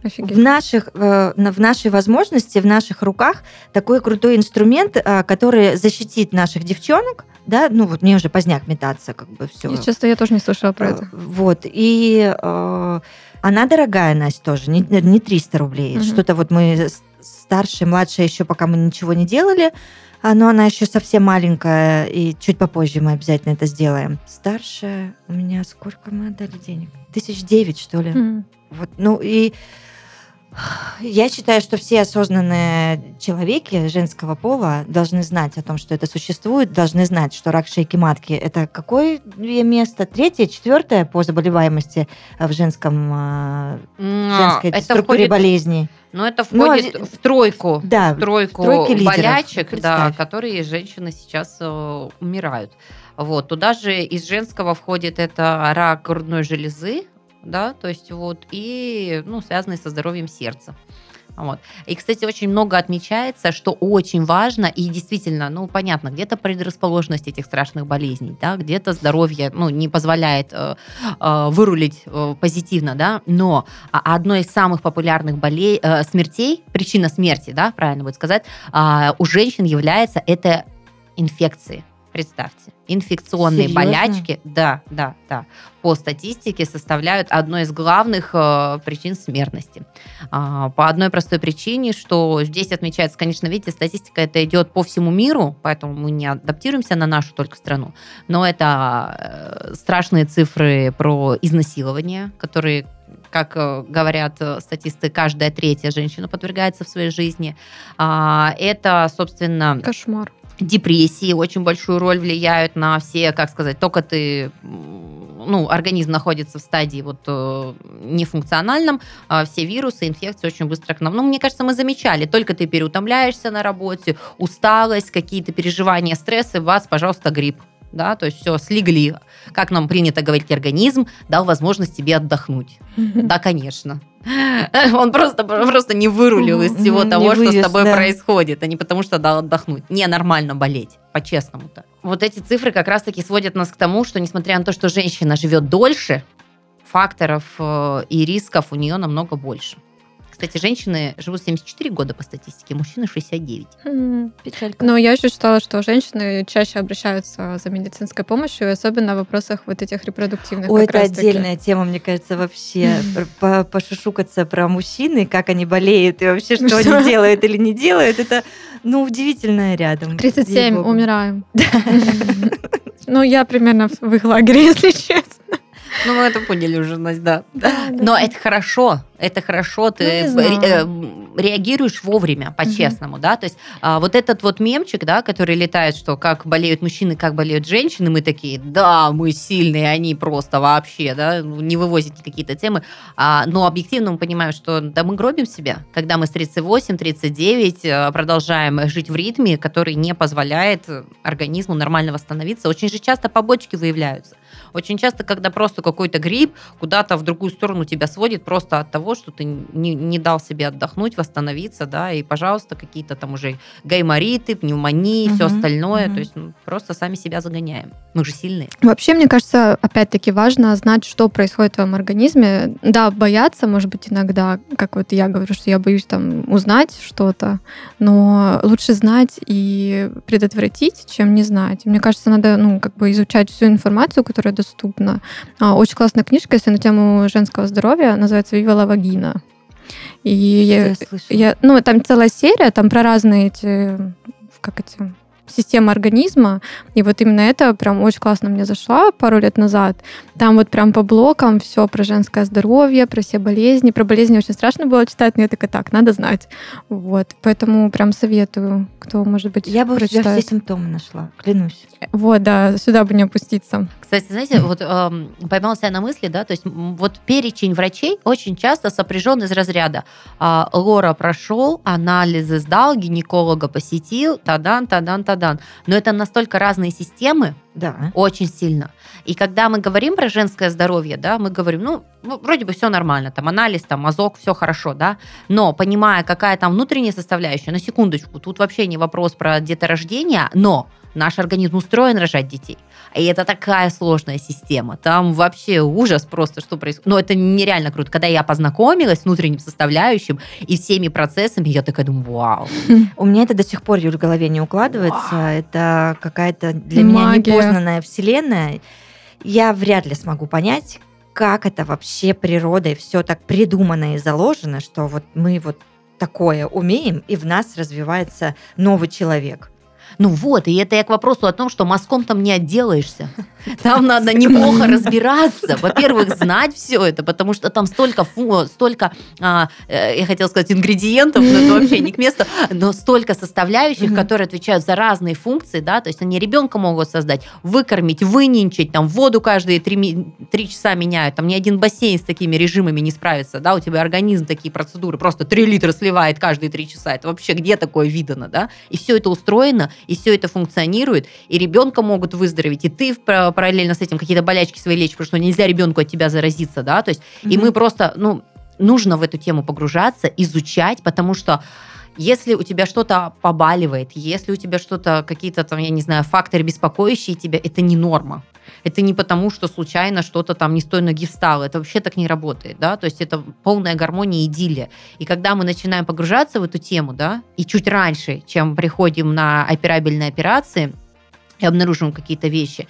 Офигеть. В, наших, э, в нашей возможности, в наших руках такой крутой инструмент, э, который защитит наших девчонок, да, ну вот мне уже поздняк метаться, как бы все. И, честно, я тоже не слышала про это. Вот, и э, она дорогая, Настя, тоже, не, не триста рублей. Угу. Что-то вот мы старшая, младшая еще пока мы ничего не делали, но она еще совсем маленькая, и чуть попозже мы обязательно это сделаем. Старшая у меня сколько мы отдали денег? Тысяч девять, что ли? Mm. Вот, ну и я считаю, что все осознанные человеки женского пола должны знать о том, что это существует, должны знать, что рак шейки матки – это какое место? Третье, четвертое по заболеваемости в женском, в женской это структуре входит... болезней. Ну, это входит ну, в тройку, да, в тройку в болячек, да, которые женщины сейчас э, умирают. Вот. Туда же из женского входит это рак грудной железы, да, то есть вот, и, ну, связанный со здоровьем сердца. Вот. И, кстати, очень много отмечается, что очень важно, и действительно, ну, понятно, где-то предрасположенность этих страшных болезней, да, где-то здоровье, ну, не позволяет э, э, вырулить э, позитивно, да, но одной из самых популярных болей, э, смертей, причина смерти, да, правильно будет сказать, э, у женщин является это инфекции. Представьте, инфекционные Серьезно? болячки, да, да, да, по статистике составляют одной из главных э, причин смертности. А, по одной простой причине, что здесь отмечается, конечно, видите, статистика это идет по всему миру, поэтому мы не адаптируемся на нашу только страну, но это э, страшные цифры про изнасилование, которые, как говорят статисты, каждая третья женщина подвергается в своей жизни. А, это, собственно... Кошмар. Депрессии очень большую роль влияют на все, как сказать, только ты, ну, организм находится в стадии вот нефункциональном, все вирусы, инфекции очень быстро к нам. Ну, мне кажется, мы замечали, только ты переутомляешься на работе, усталость, какие-то переживания, стрессы, вас, пожалуйста, грипп. Да, то есть все, слегли. Как нам принято говорить, организм дал возможность тебе отдохнуть. Mm-hmm. Да, конечно. Он просто, просто не вырулил mm-hmm. из всего mm-hmm. того, не что вывез, с тобой да. происходит, а не потому, что дал отдохнуть. Не, нормально болеть, по-честному-то. Вот эти цифры как раз-таки сводят нас к тому, что, несмотря на то, что женщина живет дольше, факторов и рисков у нее намного больше. Кстати, женщины живут семьдесят четыре года по статистике, мужчины шестьдесят девять. Mm, печалька. Но я еще читала, что женщины чаще обращаются за медицинской помощью, особенно в вопросах вот этих репродуктивных. Ой, это отдельная тема, мне кажется, вообще. Пошушукаться про мужчин, и как они болеют, и вообще, что они делают или не делают, это, ну, удивительное рядом. тридцать семь, умираем. Ну, я примерно в их лагере, если честно. Ну, мы это поняли уже, Настя, да. да, да. Но это хорошо, это хорошо, ты ну, ре- реагируешь вовремя, по-честному, угу. да, то есть а, вот этот вот мемчик, да, который летает, что как болеют мужчины, как болеют женщины, мы такие, да, мы сильные, они просто вообще, да, не вывозят какие-то темы, а, но объективно мы понимаем, что да, мы гробим себя, когда мы с тридцать восемь тридцать девять продолжаем жить в ритме, который не позволяет организму нормально восстановиться. Очень же часто побочки выявляются. Очень часто, когда просто какой-то грипп куда-то в другую сторону тебя сводит просто от того, что ты не, не дал себе отдохнуть, восстановиться, да, и, пожалуйста, какие-то там уже гаймориты, пневмонии, угу, все остальное, угу. то есть ну, просто сами себя загоняем. Мы же сильные. Вообще, мне кажется, опять-таки важно знать, что происходит в твоем организме. Да, бояться, может быть, иногда, как вот я говорю, что я боюсь там узнать что-то, но лучше знать и предотвратить, чем не знать. Мне кажется, надо, ну, как бы изучать всю информацию, которая доступна. Очень классная книжка, если на тему женского здоровья, называется «Viva la Vagina». И я, я, я, ну, там целая серия, там про разные эти, как эти, системы организма. И вот именно это прям очень классно мне зашла пару лет назад. Там вот прям по блокам все про женское здоровье, про все болезни. Про болезни очень страшно было читать, но я такая, так, надо знать. Вот. Поэтому прям советую, кто, может быть, я бы прочитает. Я бы все симптомы нашла, клянусь. Вот, да, сюда бы не опуститься. Кстати, знаете, вот э, поймала себя на мысли, да, то есть вот перечень врачей очень часто сопряжен из разряда э, Лора прошел, анализы сдал, гинеколога посетил, тадан, тадан, тадан. Но это настолько разные системы, да. очень сильно. И когда мы говорим про женское здоровье, да, мы говорим, ну, вроде бы все нормально, там анализ, там мазок, все хорошо, да, но понимая, какая там внутренняя составляющая, на секундочку, тут вообще не вопрос про деторождение, но Наш организм устроен рожать детей. И это такая сложная система. Там вообще ужас просто, что происходит. Но это нереально круто. Когда я познакомилась с внутренним составляющим и всеми процессами, я такая думаю, вау. У меня это до сих пор, Юль, в голове не укладывается. Это какая-то для меня Магия. непознанная вселенная. Я вряд ли смогу понять, как это вообще природой все так придумано и заложено, что вот мы вот такое умеем, и в нас развивается новый человек. Ну вот, и это я к вопросу о том, что мазком там не отделаешься. Там надо неплохо разбираться. Во-первых, знать все это, потому что там столько, фу, столько, а, я хотела сказать, ингредиентов, но это вообще не к месту, но столько составляющих, mm-hmm. которые отвечают за разные функции, да, то есть они ребенка могут создать, выкормить, выненчить, там воду каждые три, три часа меняют, там ни один бассейн с такими режимами не справится, да, у тебя организм такие процедуры, просто три литра сливает каждые три часа, это вообще где такое видано, да, и все это устроено, и все это функционирует, и ребенка могут выздороветь, и ты параллельно с этим какие-то болячки свои лечишь, потому что нельзя ребенку от тебя заразиться, да, то есть, mm-hmm. и мы просто, ну, нужно в эту тему погружаться, изучать, потому что если у тебя что-то побаливает, если у тебя что-то, какие-то там, я не знаю, факторы, беспокоящие тебя, это не норма. Это не потому, что случайно что-то там не с той ноги встало. Это вообще так не работает, да, то есть это полная гармония, идиллия. И когда мы начинаем погружаться в эту тему, да, и чуть раньше, чем приходим на операбельные операции, и обнаружим какие-то вещи,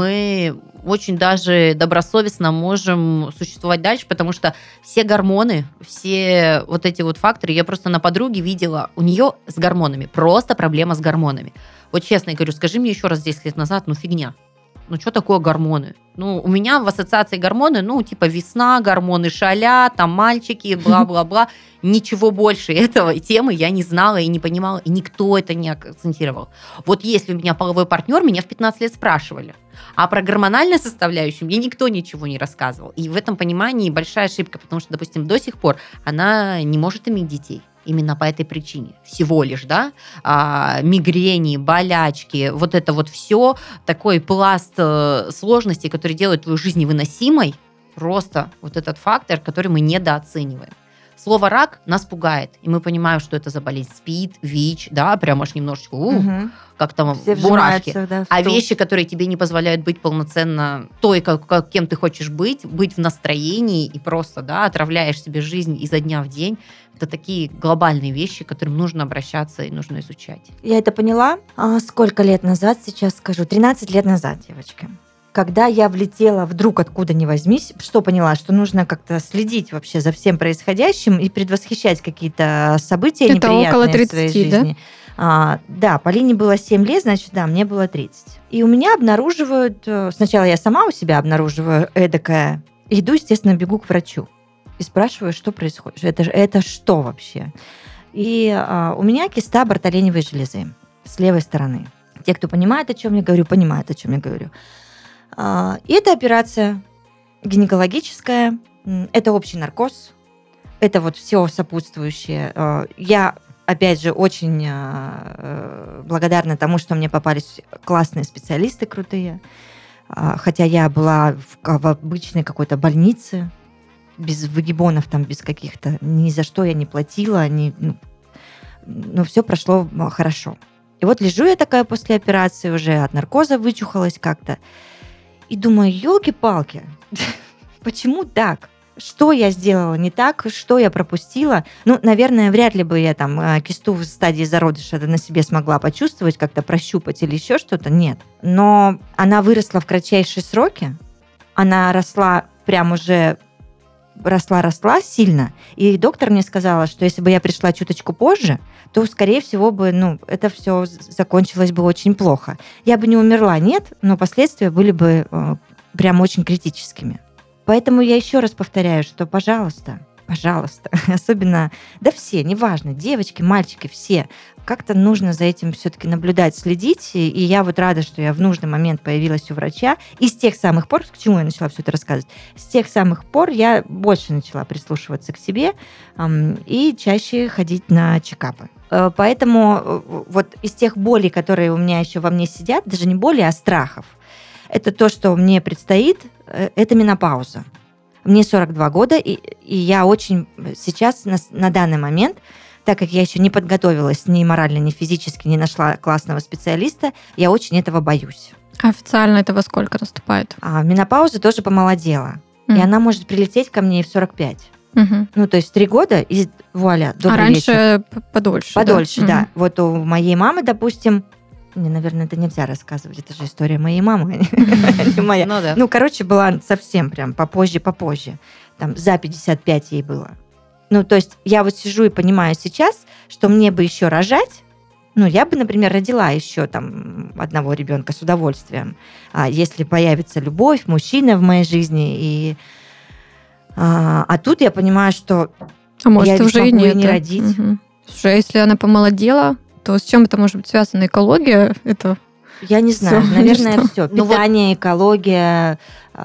мы очень даже добросовестно можем существовать дальше, потому что все гормоны, все вот эти вот факторы, я просто на подруге видела, у нее с гормонами, просто проблема с гормонами. Вот честно я говорю, скажи мне еще раз десять лет назад, ну фигня. Ну, что такое гормоны? Ну, у меня в ассоциации гормоны, ну, типа весна, гормоны шалят, там мальчики, бла-бла-бла. Ничего больше этого темы я не знала и не понимала, и никто это не акцентировал. Вот если у меня половой партнер, меня в пятнадцать лет спрашивали. А про гормональную составляющую мне никто ничего не рассказывал. И в этом понимании большая ошибка, потому что, допустим, до сих пор она не может иметь детей. Именно по этой причине. Всего лишь, да, а, мигрени, болячки, вот это вот все, такой пласт э, сложностей, который делает твою жизнь невыносимой, просто вот этот фактор, который мы недооцениваем. Слово «рак» нас пугает, и мы понимаем, что это за болезнь. СПИД, ВИЧ, да, прям аж немножечко, у, угу. как там, все мурашки. Да, а вещи, которые тебе не позволяют быть полноценно той, как, как, кем ты хочешь быть, быть в настроении и просто, да, отравляешь себе жизнь изо дня в день. Это такие глобальные вещи, к которым нужно обращаться и нужно изучать. Я это поняла. А сколько лет назад, сейчас скажу, тринадцать лет назад, девочки. Когда я влетела вдруг откуда ни возьмись, что поняла, что нужно как-то следить вообще за всем происходящим и предвосхищать какие-то события это неприятные около тридцати, в своей жизни. Да? А, да, Полине было семь лет, значит, да, мне было тридцать. И у меня обнаруживают, сначала я сама у себя обнаруживаю эдакое, иду, естественно, бегу к врачу и спрашиваю, что происходит, это, это что вообще? И а, у меня киста бартолиневой железы с левой стороны. Те, кто понимает, о чем я говорю, понимают, о чем я говорю. И это операция гинекологическая, это общий наркоз, это вот все сопутствующее. Я, опять же, очень благодарна тому, что мне попались классные специалисты крутые, хотя я была в, в обычной какой-то больнице, без выгибонов, там, без каких-то, ни за что я не платила, ни, ну, но все прошло хорошо. И вот лежу я такая после операции, уже от наркоза вычухалась как-то, и думаю, елки-палки, почему так? Что я сделала не так? Что я пропустила? Ну, наверное, вряд ли бы я там кисту в стадии зародыша на себе смогла почувствовать, как-то прощупать или еще что-то. Нет. Но она выросла в кратчайшие сроки. Она росла прям уже... Росла-росла сильно. И доктор мне сказала, что если бы я пришла чуточку позже, то, скорее всего, бы, ну, это все закончилось бы очень плохо. Я бы не умерла, нет, но последствия были бы э, прям очень критическими. Поэтому я еще раз повторяю, что, пожалуйста, пожалуйста, особенно, да все, неважно, девочки, мальчики, все, как-то нужно за этим все-таки наблюдать, следить. И я вот рада, что я в нужный момент появилась у врача. И с тех самых пор, к чему я начала все это рассказывать, с тех самых пор я больше начала прислушиваться к себе эм, и чаще ходить на чекапы. Э, поэтому вот из тех болей, которые у меня еще во мне сидят, даже не боли, а страхов, это то, что мне предстоит, э, это менопауза. Мне сорок два года, и, и я очень сейчас, на, на данный момент, так как я еще не подготовилась ни морально, ни физически, не нашла классного специалиста, я очень этого боюсь. Официально это во сколько наступает? А менопауза тоже помолодела. Mm. И она может прилететь ко мне и в сорок пять. Угу. Ну, то есть три года, и вуаля, добрый А раньше вечер. подольше, Подольше, да? да. Угу. Вот у моей мамы, допустим, мне, наверное, это нельзя рассказывать, это же история моей мамы, а не моя. Ну, да. Ну, короче, была совсем прям попозже-попозже. Там за пятьдесят пять ей было. Ну, то есть я вот сижу и понимаю сейчас, что мне бы еще рожать, ну, я бы, например, родила еще там одного ребенка с удовольствием, а если появится любовь, мужчина в моей жизни, и а, а тут я понимаю, что а может, я уже могу и, нет, и не да? родить. Угу. Слушай, а если она помолодела, то с чем это может быть связано? Экология? Это... Я не знаю, Всё, наверное, что? все. Ну, Питание, вот... экология,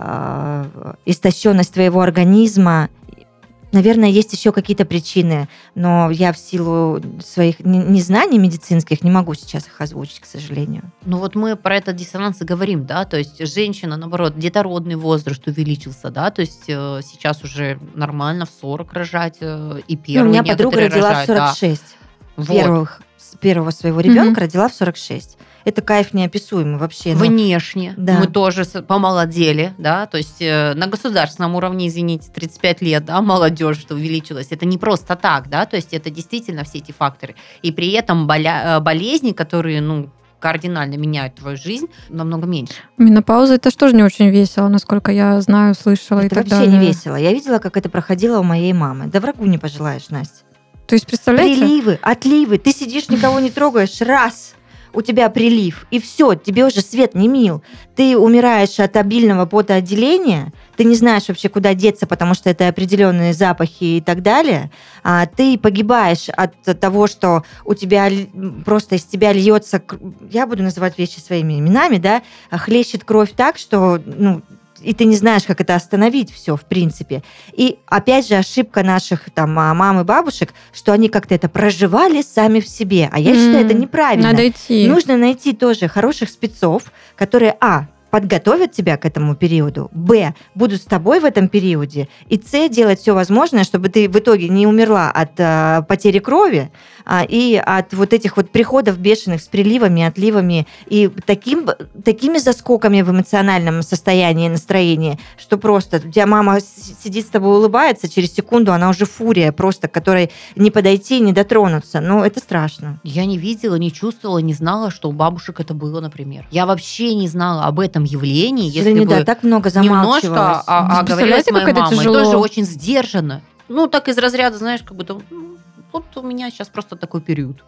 э, истощенность твоего организма. Наверное, есть еще какие-то причины, но я в силу своих незнаний медицинских не могу сейчас их озвучить, к сожалению. Ну вот мы про этот диссонанс и говорим, да, то есть женщина, наоборот, детородный возраст увеличился, да, то есть э, сейчас уже нормально в сорок рожать, э, и первые ну, у меня подруга родила рожают, в сорок шесть. Да. Первых, вот. Первого своего ребенка Mm-hmm. родила в сорок шесть. Это кайф неописуемый вообще. Внешне да. мы тоже помолодели, да, то есть э, на государственном уровне, извините, тридцать пять лет, да, молодежь что увеличилась. Это не просто так, да, то есть это действительно все эти факторы. И при этом боля- болезни, которые, ну, кардинально меняют твою жизнь, намного меньше. Менопауза, это же тоже не очень весело, насколько я знаю, слышала это и так вообще далее. не весело. Я видела, как это проходило у моей мамы. Да врагу не пожелаешь, Настя. То есть, представляете? Приливы, отливы. Ты сидишь, никого не трогаешь, раз, у тебя прилив, и все, тебе уже свет не мил. Ты умираешь от обильного потоотделения, ты не знаешь вообще, куда деться, потому что это определенные запахи и так далее. А ты погибаешь от того, что у тебя просто из тебя льется, я буду называть вещи своими именами, да, хлещет кровь так, что, ну, и ты не знаешь, как это остановить все, в принципе. И опять же ошибка наших там мам и бабушек, что они как-то это проживали сами в себе. А я mm, считаю, это неправильно. Надо идти. Нужно найти тоже хороших спецов, которые, а, подготовят тебя к этому периоду, б, будут с тобой в этом периоде, и с, делать все возможное, чтобы ты в итоге не умерла от а, потери крови а, и от вот этих вот приходов бешеных с приливами, отливами и таким, такими заскоками в эмоциональном состоянии и настроении, что просто у тебя мама сидит с тобой, улыбается, через секунду она уже фурия, просто которой не подойти, не дотронуться. Ну, это страшно. Я не видела, не чувствовала, не знала, что у бабушек это было, например. Я вообще не знала об этом явлении, если бы да, так много замалчивалось. Немножко, а, а говорила с моей мамой, тяжело. тоже очень сдержанно. Ну, так из разряда, знаешь, как будто, вот у меня сейчас просто такой период.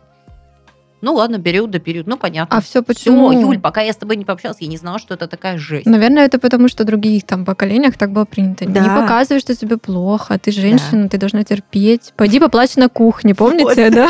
Ну ладно, период до период, ну понятно. А все почему? Все, Юль, пока я с тобой не пообщалась, я не знала, что это такая жесть. Наверное, это потому, что в других там поколениях так было принято. Да. Не показывай, что тебе плохо, ты женщина, Да. ты должна терпеть. Пойди поплачь на кухне, помните, да?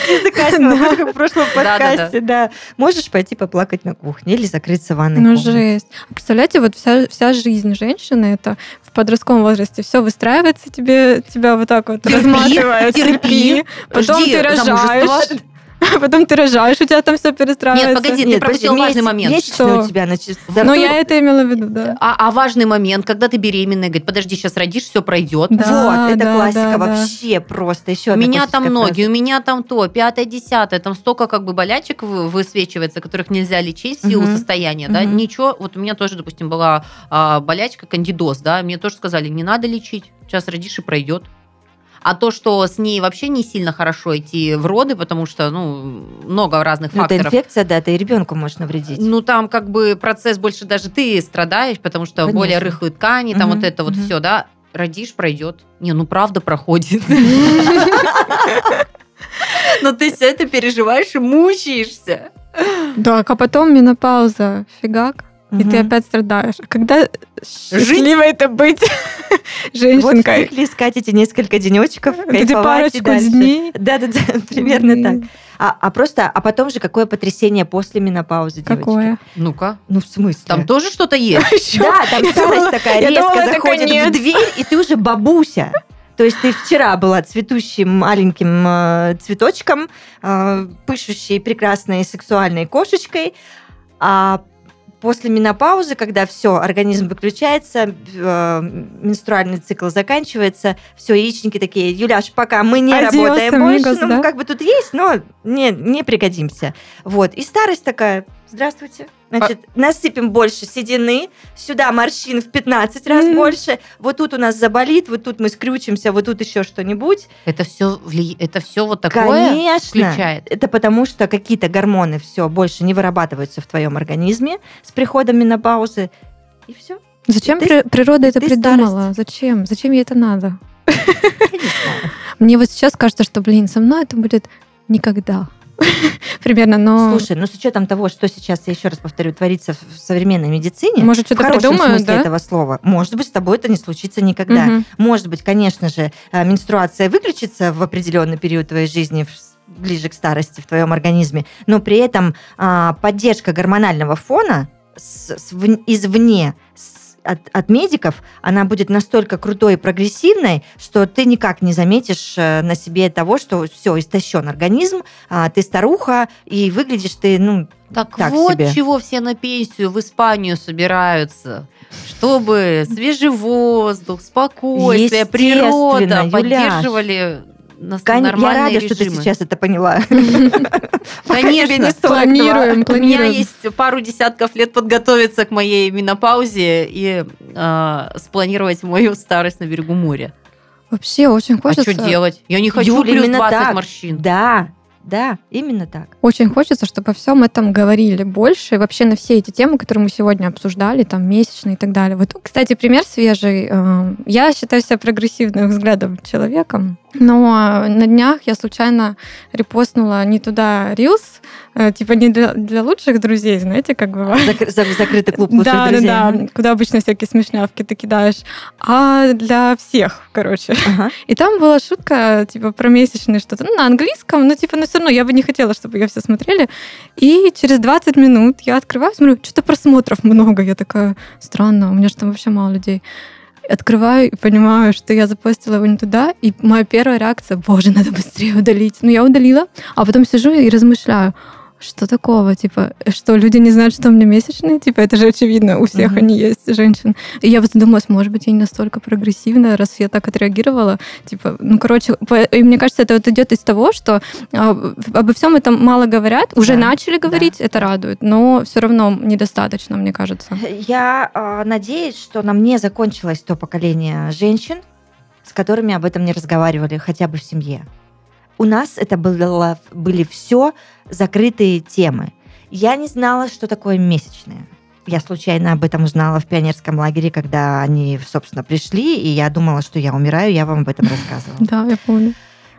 Языка в прошлом подкасте, да. Можешь пойти поплакать на кухне или закрыться в ванной Ну, комнате. жесть. Представляете, вот вся, вся жизнь женщины, это в подростковом возрасте все выстраивается, тебе, тебя вот так вот разматывает. терпи, Потом жди ты рожаешь. замужества. Потом ты рожаешь, у тебя там все перестраивается. Нет, погоди, ты пропустила важный момент. Месячные Что? у тебя, значит, Ну, я это имела в виду, да. А, а важный момент, когда ты беременная, говорит, подожди, сейчас родишь, все пройдет. Да. Вот, это да, классика да, да. вообще просто. Еще У одна меня там классическая ноги, фраза. у меня там то, пятое, десятое, там столько как бы болячек вы- высвечивается, которых нельзя лечить в силу Мгм. состояния, да, Мгм. ничего, вот у меня тоже, допустим, была а, болячка, кандидоз, да, мне тоже сказали, не надо лечить, сейчас родишь и пройдет. А то, что с ней вообще не сильно хорошо идти в роды, потому что, ну, много разных Ну, это факторов. инфекция, да, это и ребенку может навредить. Ну, там как бы процесс больше даже ты страдаешь, потому что Конечно. более рыхлые ткани, там Мгм, вот это вот мгм. все, да, родишь, пройдет. Не, ну правда проходит. Но ты все это переживаешь и мучаешься. Так, а потом менопауза, фигак, и ты Мгм. опять страдаешь. А когда счастливо это быть Вот в женщинкой? цикле искать эти несколько денечков, Эти кайфовать и парочку дальше. дней. Да-да-да, примерно так. А, а просто, а потом же какое потрясение после менопаузы, девочки. Какое? Ну-ка, Ну, в смысле? там тоже что-то есть? Да, там Я старость думала- такая я резко думала, это заходит конец. в дверь, и ты уже бабуся. То есть ты вчера была цветущим маленьким э, цветочком, э, пышущей, прекрасной, сексуальной кошечкой, а после менопаузы, когда все, организм выключается, э, менструальный цикл заканчивается, все, яичники такие, Юляш, пока мы не Adios, работаем amigos, больше, ну, да? как бы тут есть, но не, не пригодимся. Вот. И старость такая, здравствуйте. Значит, а... насыпем больше седины, сюда морщин в пятнадцать раз mm-hmm. больше, вот тут у нас заболит, вот тут мы скрючимся, вот тут еще что-нибудь. Это все, вли... это все вот такое Конечно. включает? Это потому, что какие-то гормоны все больше не вырабатываются в твоем организме с приходом менопаузы, и все. Зачем ты, при... природа это ты придумала? Старость. Зачем? Зачем ей это надо? Я не знаю. Мне вот сейчас кажется, что, блин, со мной это будет никогда. Примерно, но... Слушай, ну с учетом того, что сейчас, я еще раз повторю, творится в современной медицине, может, что-то в хорошем придумают, смысле да? этого слова, может быть, с тобой это не случится никогда. Угу. Может быть, конечно же, менструация выключится в определенный период твоей жизни, ближе к старости в твоем организме, но при этом а, поддержка гормонального фона с, с, в, извне, с, от, от медиков, она будет настолько крутой и прогрессивной, что ты никак не заметишь на себе того, что все, истощен организм, а, ты старуха, и выглядишь ты, ну, так, так вот себе. Чего все на пенсию в Испанию собираются, чтобы свежий воздух, спокойствие, природа Юляш. поддерживали нас Кон... нормальные Я рада, режимы. что ты сейчас это поняла. Конечно, планируем, У меня есть пару десятков лет подготовиться к моей менопаузе и э, спланировать мою старость на берегу моря. Вообще очень хочется... А что делать? Я не хочу Юля, плюс именно двадцать так. морщин. Да, да, именно так. Очень хочется, чтобы о всем этом говорили больше. И вообще на все эти темы, которые мы сегодня обсуждали, там месячные и так далее. Вот, кстати, пример свежий. Я считаю себя прогрессивным взглядом человеком, но на днях я случайно репостнула не туда рилс, типа не для, для лучших друзей, знаете, как бывает. Закр- закрытый клуб лучших да, друзей. Да, да, куда обычно всякие смешнявки ты кидаешь, а для всех, короче. Ага. И там была шутка, типа, про месячные что-то, ну, на английском, но, типа, но все равно я бы не хотела, чтобы ее все смотрели. И через двадцать минут я открываю, смотрю, что-то просмотров много. Я такая, странно, у меня же там вообще мало людей. Открываю и понимаю, что я запостила его не туда, и моя первая реакция, боже, надо быстрее удалить. Ну, я удалила, а потом сижу и размышляю, что такого, типа, что люди не знают, что у меня месячные, типа, это же очевидно, у всех uh-huh. они есть, женщин. И я вот задумалась, может быть, я не настолько прогрессивная, раз я так отреагировала, типа, ну, короче, и мне кажется, это вот идет из того, что а, обо всем этом мало говорят, уже да, начали говорить, да. Это радует, но все равно недостаточно, мне кажется. Я э, надеюсь, что на мне закончилось то поколение женщин, с которыми об этом не разговаривали, хотя бы в семье. У нас это было, были все закрытые темы. Я не знала, что такое месячные. Я случайно об этом узнала в пионерском лагере, когда они, собственно, пришли, и я думала, что я умираю, я вам об этом рассказывала. Да, я помню.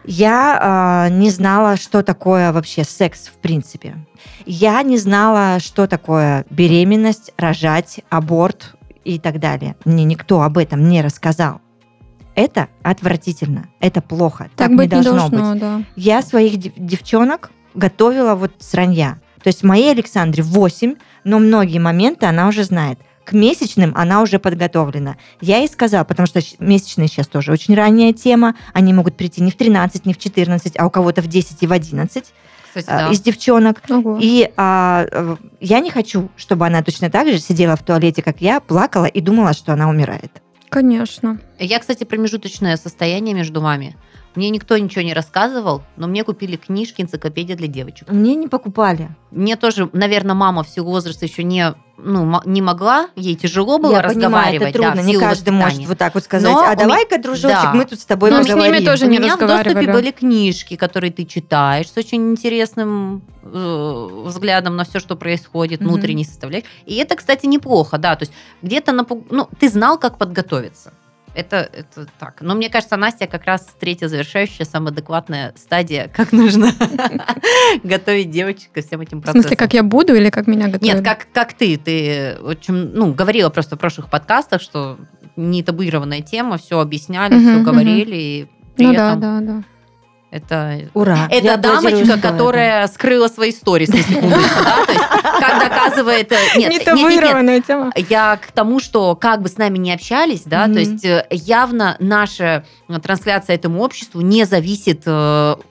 Я э, не знала, что такое вообще секс в принципе. Я не знала, что такое беременность, рожать, аборт и так далее. Мне никто об этом не рассказал. Это отвратительно, это плохо, так, так не быть должно, не должно быть. Да. Я своих дев- девчонок готовила вот с ранья. То есть моей Александре восемь, но многие моменты она уже знает. К месячным она уже подготовлена. Я ей сказала, потому что месячные сейчас тоже очень ранняя тема, они могут прийти не в тринадцать, не в четырнадцать, а у кого-то в десять и в одиннадцать. Кстати, да. Из девчонок. Ого. И а, я не хочу, чтобы она точно так же сидела в туалете, как я, плакала и думала, что она умирает. Конечно. Я, кстати, промежуточное состояние между вами. Мне никто ничего не рассказывал, но мне купили книжки, энциклопедия для девочек. Мне не покупали. Мне тоже, наверное, мама в силу возраста еще не, ну, не могла, ей тяжело было Я разговаривать. Понимаю, это трудно, да, не каждый может вот так вот сказать, но а давай-ка, дружочек, да. мы тут с тобой но поговорим. С ними тоже У не меня в доступе разговаривали. были книжки, которые ты читаешь с очень интересным э, взглядом на все, что происходит, mm-hmm. внутренней составляющей. И это, кстати, неплохо, да, то есть где-то, напуг... ну, ты знал, как подготовиться. Это, это так. Но мне кажется, Настя как раз третья завершающая, самая адекватная стадия, как нужно готовить девочек ко всем этим процессам. В смысле, как я буду или как меня готовят? Нет, как, как ты. Ты очень, ну, говорила просто в прошлых подкастах, что не табуированная тема, все объясняли, все говорили. И при ну этом... да, да, да. Это, Ура! это дамочка, которая скрыла свои сторис на секундочку, да? То есть, как доказывает... Нет, не табуированная тема. Я к тому, что как бы с нами не общались, да, то есть явно наша трансляция этому обществу не зависит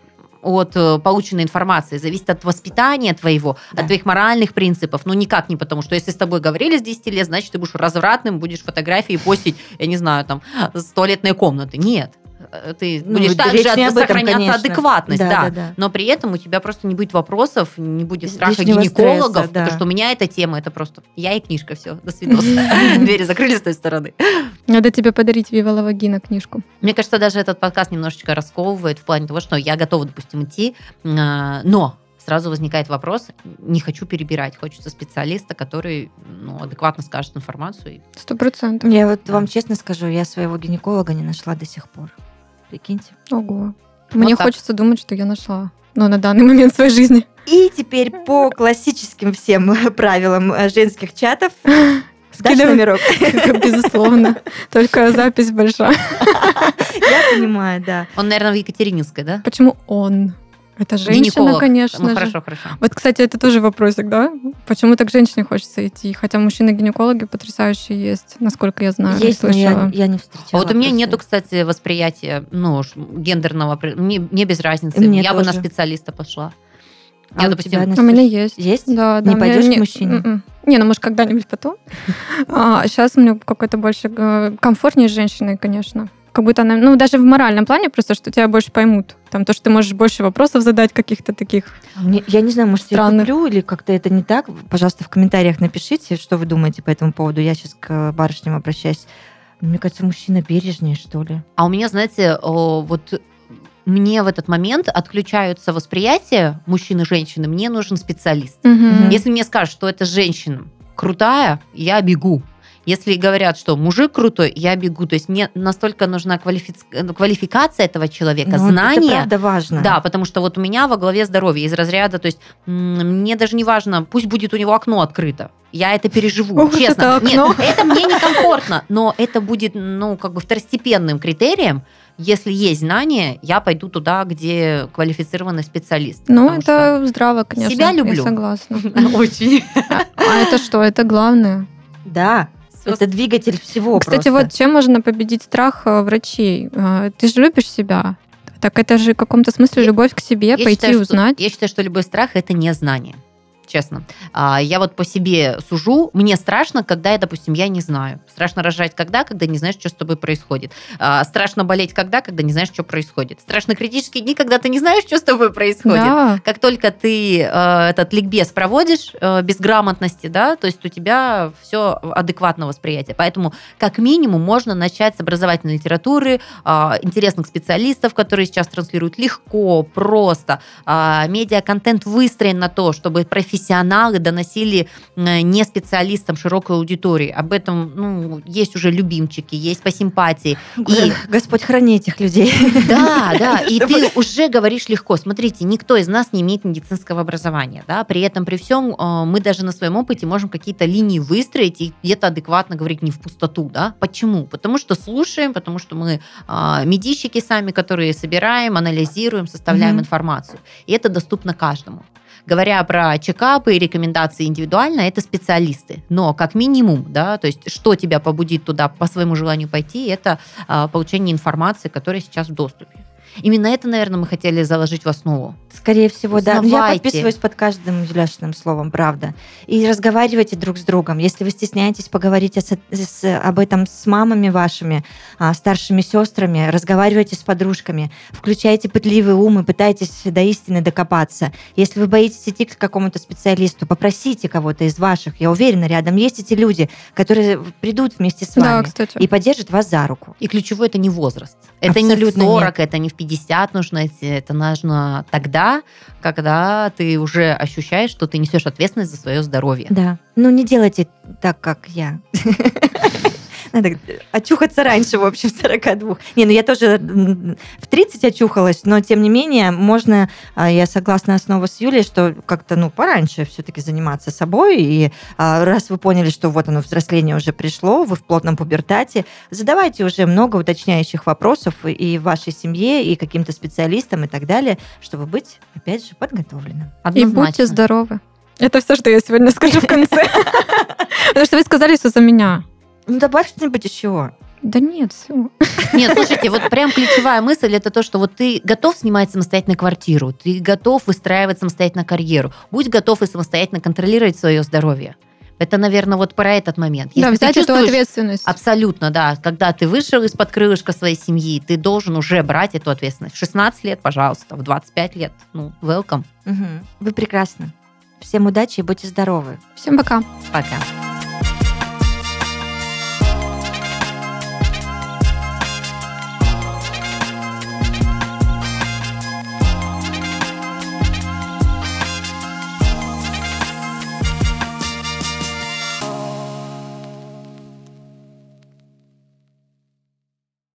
от полученной информации, зависит от воспитания твоего, да. от твоих моральных принципов, но никак не потому, что если с тобой говорили с десяти лет, значит, ты будешь развратным, будешь фотографии постить, я не знаю, там, с туалетной комнаты. Нет. Ты ну, будешь также сохраняться этом, адекватность, да, да. Да, да. Но при этом у тебя просто не будет вопросов, не будет страха лишнего гинекологов, стресса, да. потому что у меня эта тема, это просто я и книжка, все, до свидос. Двери закрыли с той стороны. Надо тебе подарить Вива ла Вагина книжку. Мне кажется, даже этот подкаст немножечко расковывает в плане того, что я готова, допустим, идти, но сразу возникает вопрос, не хочу перебирать, хочется специалиста, который ну, адекватно скажет информацию. Сто процентов. Я вот вам честно скажу, я своего гинеколога не нашла до сих пор. Прикиньте. Ого. Мне вот хочется думать, что я нашла. Но на данный момент своей жизни. И теперь по классическим всем правилам женских чатов дашь номерок? Безусловно. Только запись большая. Я понимаю, да. Он, наверное, в Екатерининской, да? Почему он? Это женщина, Гинеколог. конечно ну, же. Хорошо, хорошо. Вот, кстати, это тоже вопросик, да? Почему так женщине хочется идти? Хотя мужчины-гинекологи потрясающие есть, насколько я знаю. Есть, но я, я не встречала. А вот у меня нету, кстати, восприятия ну, гендерного. Мне, мне без разницы. Мне я тоже. бы на специалиста пошла. А я, у, допустим, тебя, у меня есть. Есть? Да, да. Не пойдешь меня... к мужчине? Не, не, ну, может, когда-нибудь потом. А сейчас мне какой-то больше комфортнее с женщиной, конечно. Как будто она, ну, даже в моральном плане, просто, что тебя больше поймут. Там то, что ты можешь больше вопросов задать каких-то таких Мне, я не знаю, может, странных. я куплю или как-то это не так. Пожалуйста, в комментариях напишите, что вы думаете по этому поводу. Я сейчас к барышням обращаюсь. Мне кажется, мужчина бережнее, что ли. А у меня, знаете, вот мне в этот момент отключаются восприятия мужчин и женщины. Мне нужен специалист. Угу. Если мне скажут, что эта женщина крутая, я бегу. Если говорят, что мужик крутой, я бегу. То есть мне настолько нужна квалифи... квалификация этого человека, ну, знания. Это правда важно. Да, потому что вот у меня во главе здоровье из разряда, то есть мне даже не важно, пусть будет у него окно открыто. Я это переживу, Ох, честно. Это Нет, это мне некомфортно, но это будет, ну, как бы второстепенным критерием. Если есть знания, я пойду туда, где квалифицированный специалист. Ну, это здраво, конечно. Себя люблю. Я согласна. Очень. А это что? Это главное? Да. Это двигатель всего. Кстати, просто. вот чем можно победить страх врачей? Ты же любишь себя. Так это же в каком-то смысле любовь к себе, я пойти считаю, узнать. Что, я считаю, что любой страх – это не знание. Честно. Я вот по себе сужу. Мне страшно, когда, я, допустим, я не знаю. Страшно рожать когда? Когда не знаешь, что с тобой происходит. Страшно болеть когда? Когда не знаешь, что происходит. Страшно критические дни, когда ты не знаешь, что с тобой происходит. Да. Как только ты этот ликбез проводишь без грамотности, да, то есть у тебя все адекватное восприятие. Поэтому, как минимум, можно начать с образовательной литературы, интересных специалистов, которые сейчас транслируют легко, просто. Медиаконтент выстроен на то, чтобы профессионально профессионалы доносили не специалистам широкой аудитории. Об этом ну, есть уже любимчики, есть по симпатии. И... Господь храни этих людей. Да, да. И ты уже говоришь легко. Смотрите, никто из нас не имеет медицинского образования. Да? При этом, при всем, мы даже на своем опыте можем какие-то линии выстроить и где-то адекватно говорить не в пустоту. Да? Почему? Потому что слушаем, потому что мы медийщики сами, которые собираем, анализируем, составляем mm-hmm. информацию. И это доступно каждому. Говоря про чекапы и рекомендации индивидуально, это специалисты. Но как минимум, да, то есть что тебя побудит туда по своему желанию пойти, это а, получение информации, которая сейчас в доступе. Именно это, наверное, мы хотели заложить в основу. Скорее всего, Узнавайте. да. Я подписываюсь под каждым Юляшиным словом, правда. И разговаривайте друг с другом. Если вы стесняетесь поговорить с, с, об этом с мамами вашими, а, старшими сестрами, разговаривайте с подружками, включайте пытливый ум и пытайтесь до истины докопаться. Если вы боитесь идти к какому-то специалисту, попросите кого-то из ваших. Я уверена, рядом есть эти люди, которые придут вместе с вами да, кстати. и поддержат вас за руку. И ключевое – это не возраст. Это абсолютно не в сорок, нет. Это не в пятьдесят нужно идти. Это нужно тогда, когда ты уже ощущаешь, что ты несешь ответственность за свое здоровье. Да. Ну, не делайте так, как я. Надо очухаться раньше, в общем, сорок два. Не, ну я тоже в тридцать очухалась, но тем не менее можно, я согласна снова с Юлей, что как-то, ну, пораньше все-таки заниматься собой. И раз вы поняли, что вот оно, взросление уже пришло, вы в плотном пубертате, задавайте уже много уточняющих вопросов и в вашей семье, и каким-то специалистам и так далее, чтобы быть, опять же, подготовленным. И будьте здоровы. Это все, что я сегодня скажу в конце. Потому что вы сказали все за меня. Ну, добавь что-нибудь еще. Да нет, все. Нет, слушайте, вот прям ключевая мысль это то, что вот ты готов снимать самостоятельно квартиру, ты готов выстраивать самостоятельно карьеру, будь готов и самостоятельно контролировать свое здоровье. Это, наверное, вот про этот момент. Да, Если ты взять эту чувствуешь- ответственность. Абсолютно, да. Когда ты вышел из-под крылышка своей семьи, ты должен уже брать эту ответственность. В шестнадцать лет, пожалуйста, в двадцать пять лет. Ну, welcome. Мгм. Вы прекрасны. Всем удачи и будьте здоровы. Всем пока. Пока.